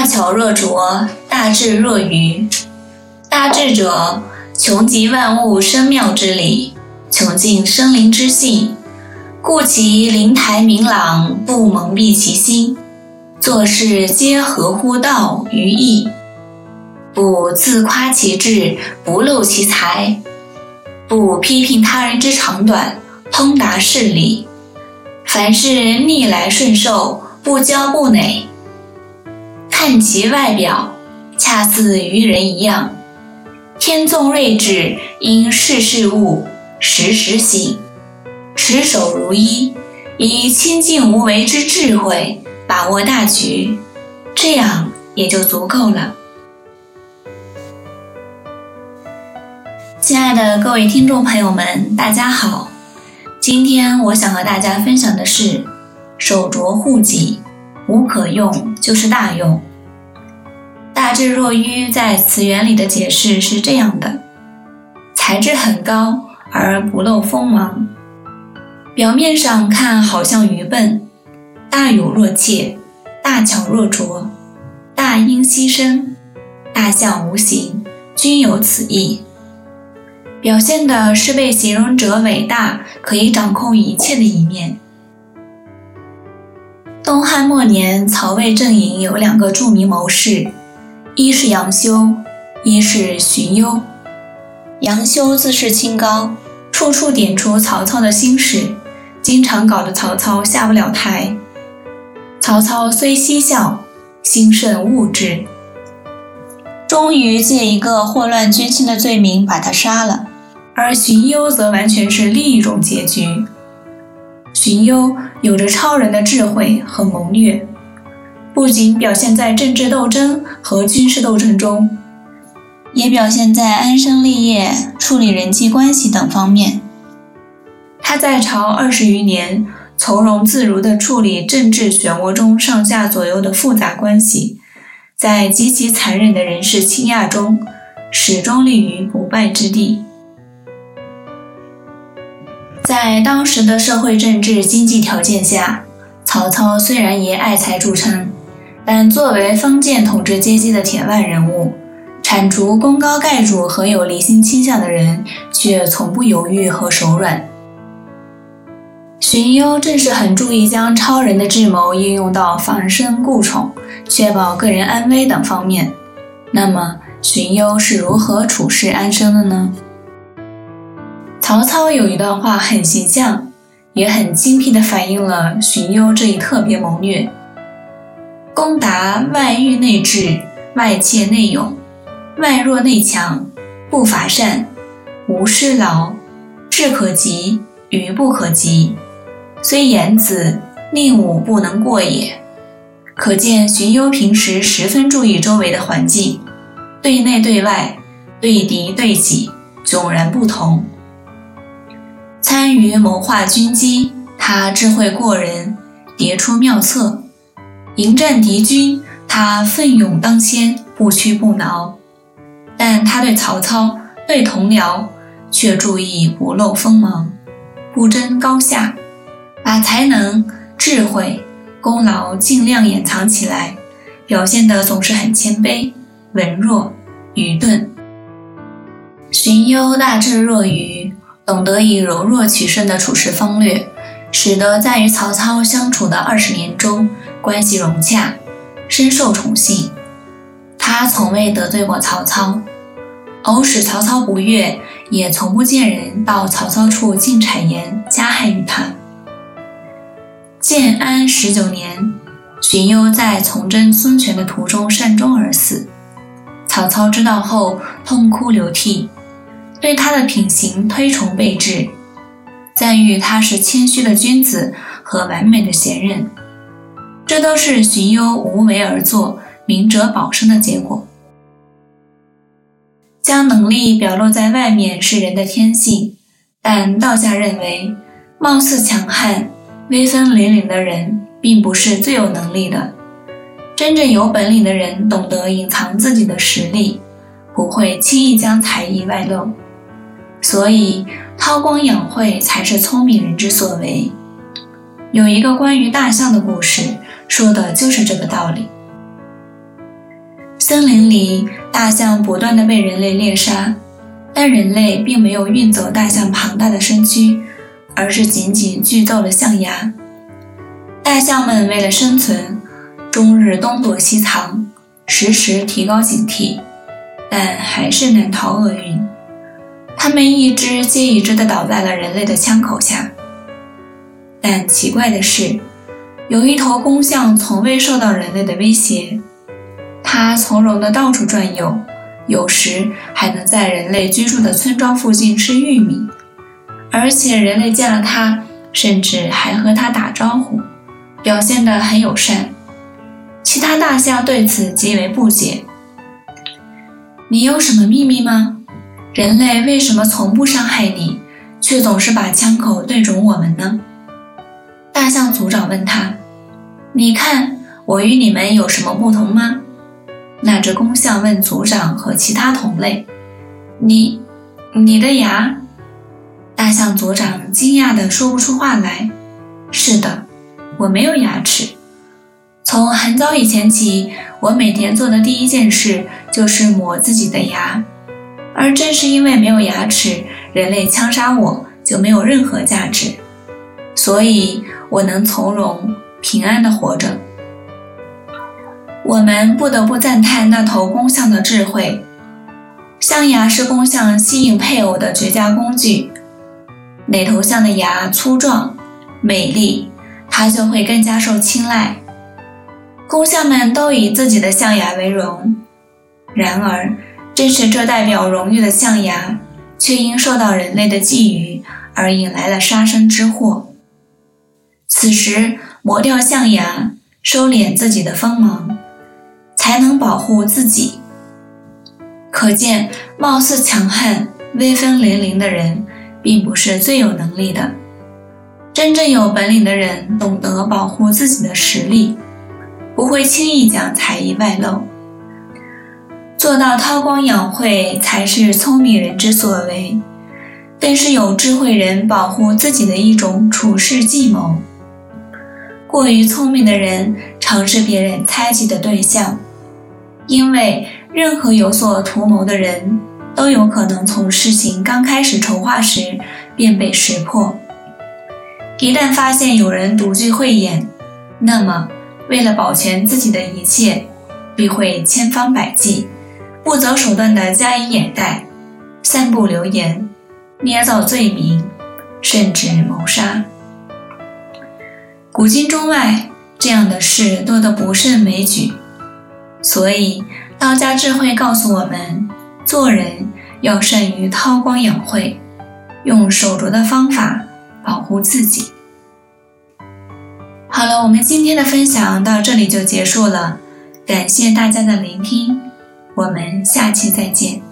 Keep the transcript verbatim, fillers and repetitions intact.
巧若拙，大智若愚。大智者，穷极万物生妙之理，穷尽生灵之性，故其灵台明朗，不蒙蔽其心，做事皆合乎道于义，不自夸其智，不露其才，不批评他人之长短，通达事理，凡事逆来顺受，不骄不馁。看其外表，恰似愚人一样，天纵睿智，因事事悟，时时省，持守如一，以清净无为之智慧把握大局，这样也就足够了。亲爱的各位听众朋友们，大家好，今天我想和大家分享的是手镯护己，无可用就是大用。大智若愚在词源里的解释是这样的：才智很高而不露锋芒，表面上看好像愚笨，大有若怯，大巧若拙，大音希声，大象无形，均有此意，表现的是被形容者伟大，可以掌控一切的一面。东汉末年，曹魏阵营有两个著名谋士，一是杨修，一是荀攸。杨修自视清高，处处点出曹操的心事，经常搞得曹操下不了台。曹操虽嬉笑，心甚恶之，终于借一个祸乱军心的罪名把他杀了。而荀攸则完全是另一种结局。荀攸有着超人的智慧和谋略，不仅表现在政治斗争和军事斗争中，也表现在安身立业、处理人际关系等方面。他在朝二十余年，从容自如地处理政治漩涡中上下左右的复杂关系，在极其残忍的人事倾轧中，始终立于不败之地。在当时的社会政治经济条件下，曹操虽然以爱才著称，但作为封建统治阶级的铁腕人物，铲除功高盖主和有离心倾向的人，却从不犹豫和手软。荀攸正是很注意将超人的智谋应用到防身固宠、确保个人安危等方面。那么荀攸是如何处世安身的呢？曹操有一段话很形象，也很精辟地反映了荀攸这一特别谋略：攻达外御内治，外切内勇，外弱内强，不伐善，无失劳，智可及，愚不可及，虽言子，令武不能过也。可见荀攸平时十分注意周围的环境，对内对外，对敌对己，迥然不同。参与谋划军机，他智慧过人，迭出妙策；迎战敌军，他奋勇当先，不屈不挠。但他对曹操、对同僚却注意不露锋芒，不争高下，把才能、智慧、功劳尽量掩藏起来，表现得总是很谦卑、文弱、愚钝。荀攸大智若愚，懂得以柔弱取胜的处事方略，使得在与曹操相处的二十年中关系融洽，深受宠幸。他从未得罪过曹操，偶使曹操不悦，也从不见人到曹操处进谗言加害于他。建安十九年，荀攸在从征孙权的途中善终而死。曹操知道后痛哭流涕，对他的品行推崇备至，赞誉他是谦虚的君子和完美的贤人。这都是荀攸无为而作，明哲保身的结果。将能力表露在外面是人的天性，但道家认为，貌似强悍、威风凛凛的人并不是最有能力的。真正有本领的人懂得隐藏自己的实力，不会轻易将才艺外露。所以韬光养晦才是聪明人之所为。有一个关于大象的故事，说的就是这个道理。 森林里，大象不断地被人类猎杀，但人类并没有运走大象庞大的身躯，而是仅仅锯走了象牙。大象们为了生存，终日东躲西藏，时时提高警惕，但还是难逃厄运。它们一只接一只地倒在了人类的枪口下。但奇怪的是，有一头公象从未受到人类的威胁，它从容地到处转悠，有时还能在人类居住的村庄附近吃玉米，而且人类见了它，甚至还和它打招呼，表现得很友善。其他大象对此极为不解。你有什么秘密吗？人类为什么从不伤害你，却总是把枪口对准我们呢？大象族长问他，你看我与你们有什么不同吗？那只公象问族长和其他同类，你你的牙？大象族长惊讶地说不出话来。是的，我没有牙齿。从很早以前起，我每天做的第一件事就是磨自己的牙，而正是因为没有牙齿，人类枪杀我就没有任何价值，所以我能从容平安地活着。我们不得不赞叹那头公象的智慧。象牙是公象吸引配偶的绝佳工具，哪头象的牙粗壮美丽，它就会更加受青睐。公象们都以自己的象牙为荣，然而正是这代表荣誉的象牙，却因受到人类的觊觎而引来了杀身之祸。此时磨掉象牙，收敛自己的锋芒，才能保护自己。可见貌似强悍威风凛凛的人并不是最有能力的，真正有本领的人懂得保护自己的实力，不会轻易将才艺外露。做到韬光养晦才是聪明人之所为，更是有智慧人保护自己的一种处世计谋。过于聪明的人常是别人猜忌的对象，因为任何有所图谋的人都有可能从事情刚开始筹划时便被识破。一旦发现有人独具慧眼，那么为了保全自己的一切，必会千方百计不择手段地加以掩盖，散布流言，捏造罪名，甚至谋杀。古今中外，这样的事多得不胜枚举，所以道家智慧告诉我们，做人要善于韬光养晦，用手镯的方法保护自己。好了，我们今天的分享到这里就结束了，感谢大家的聆听，我们下期再见。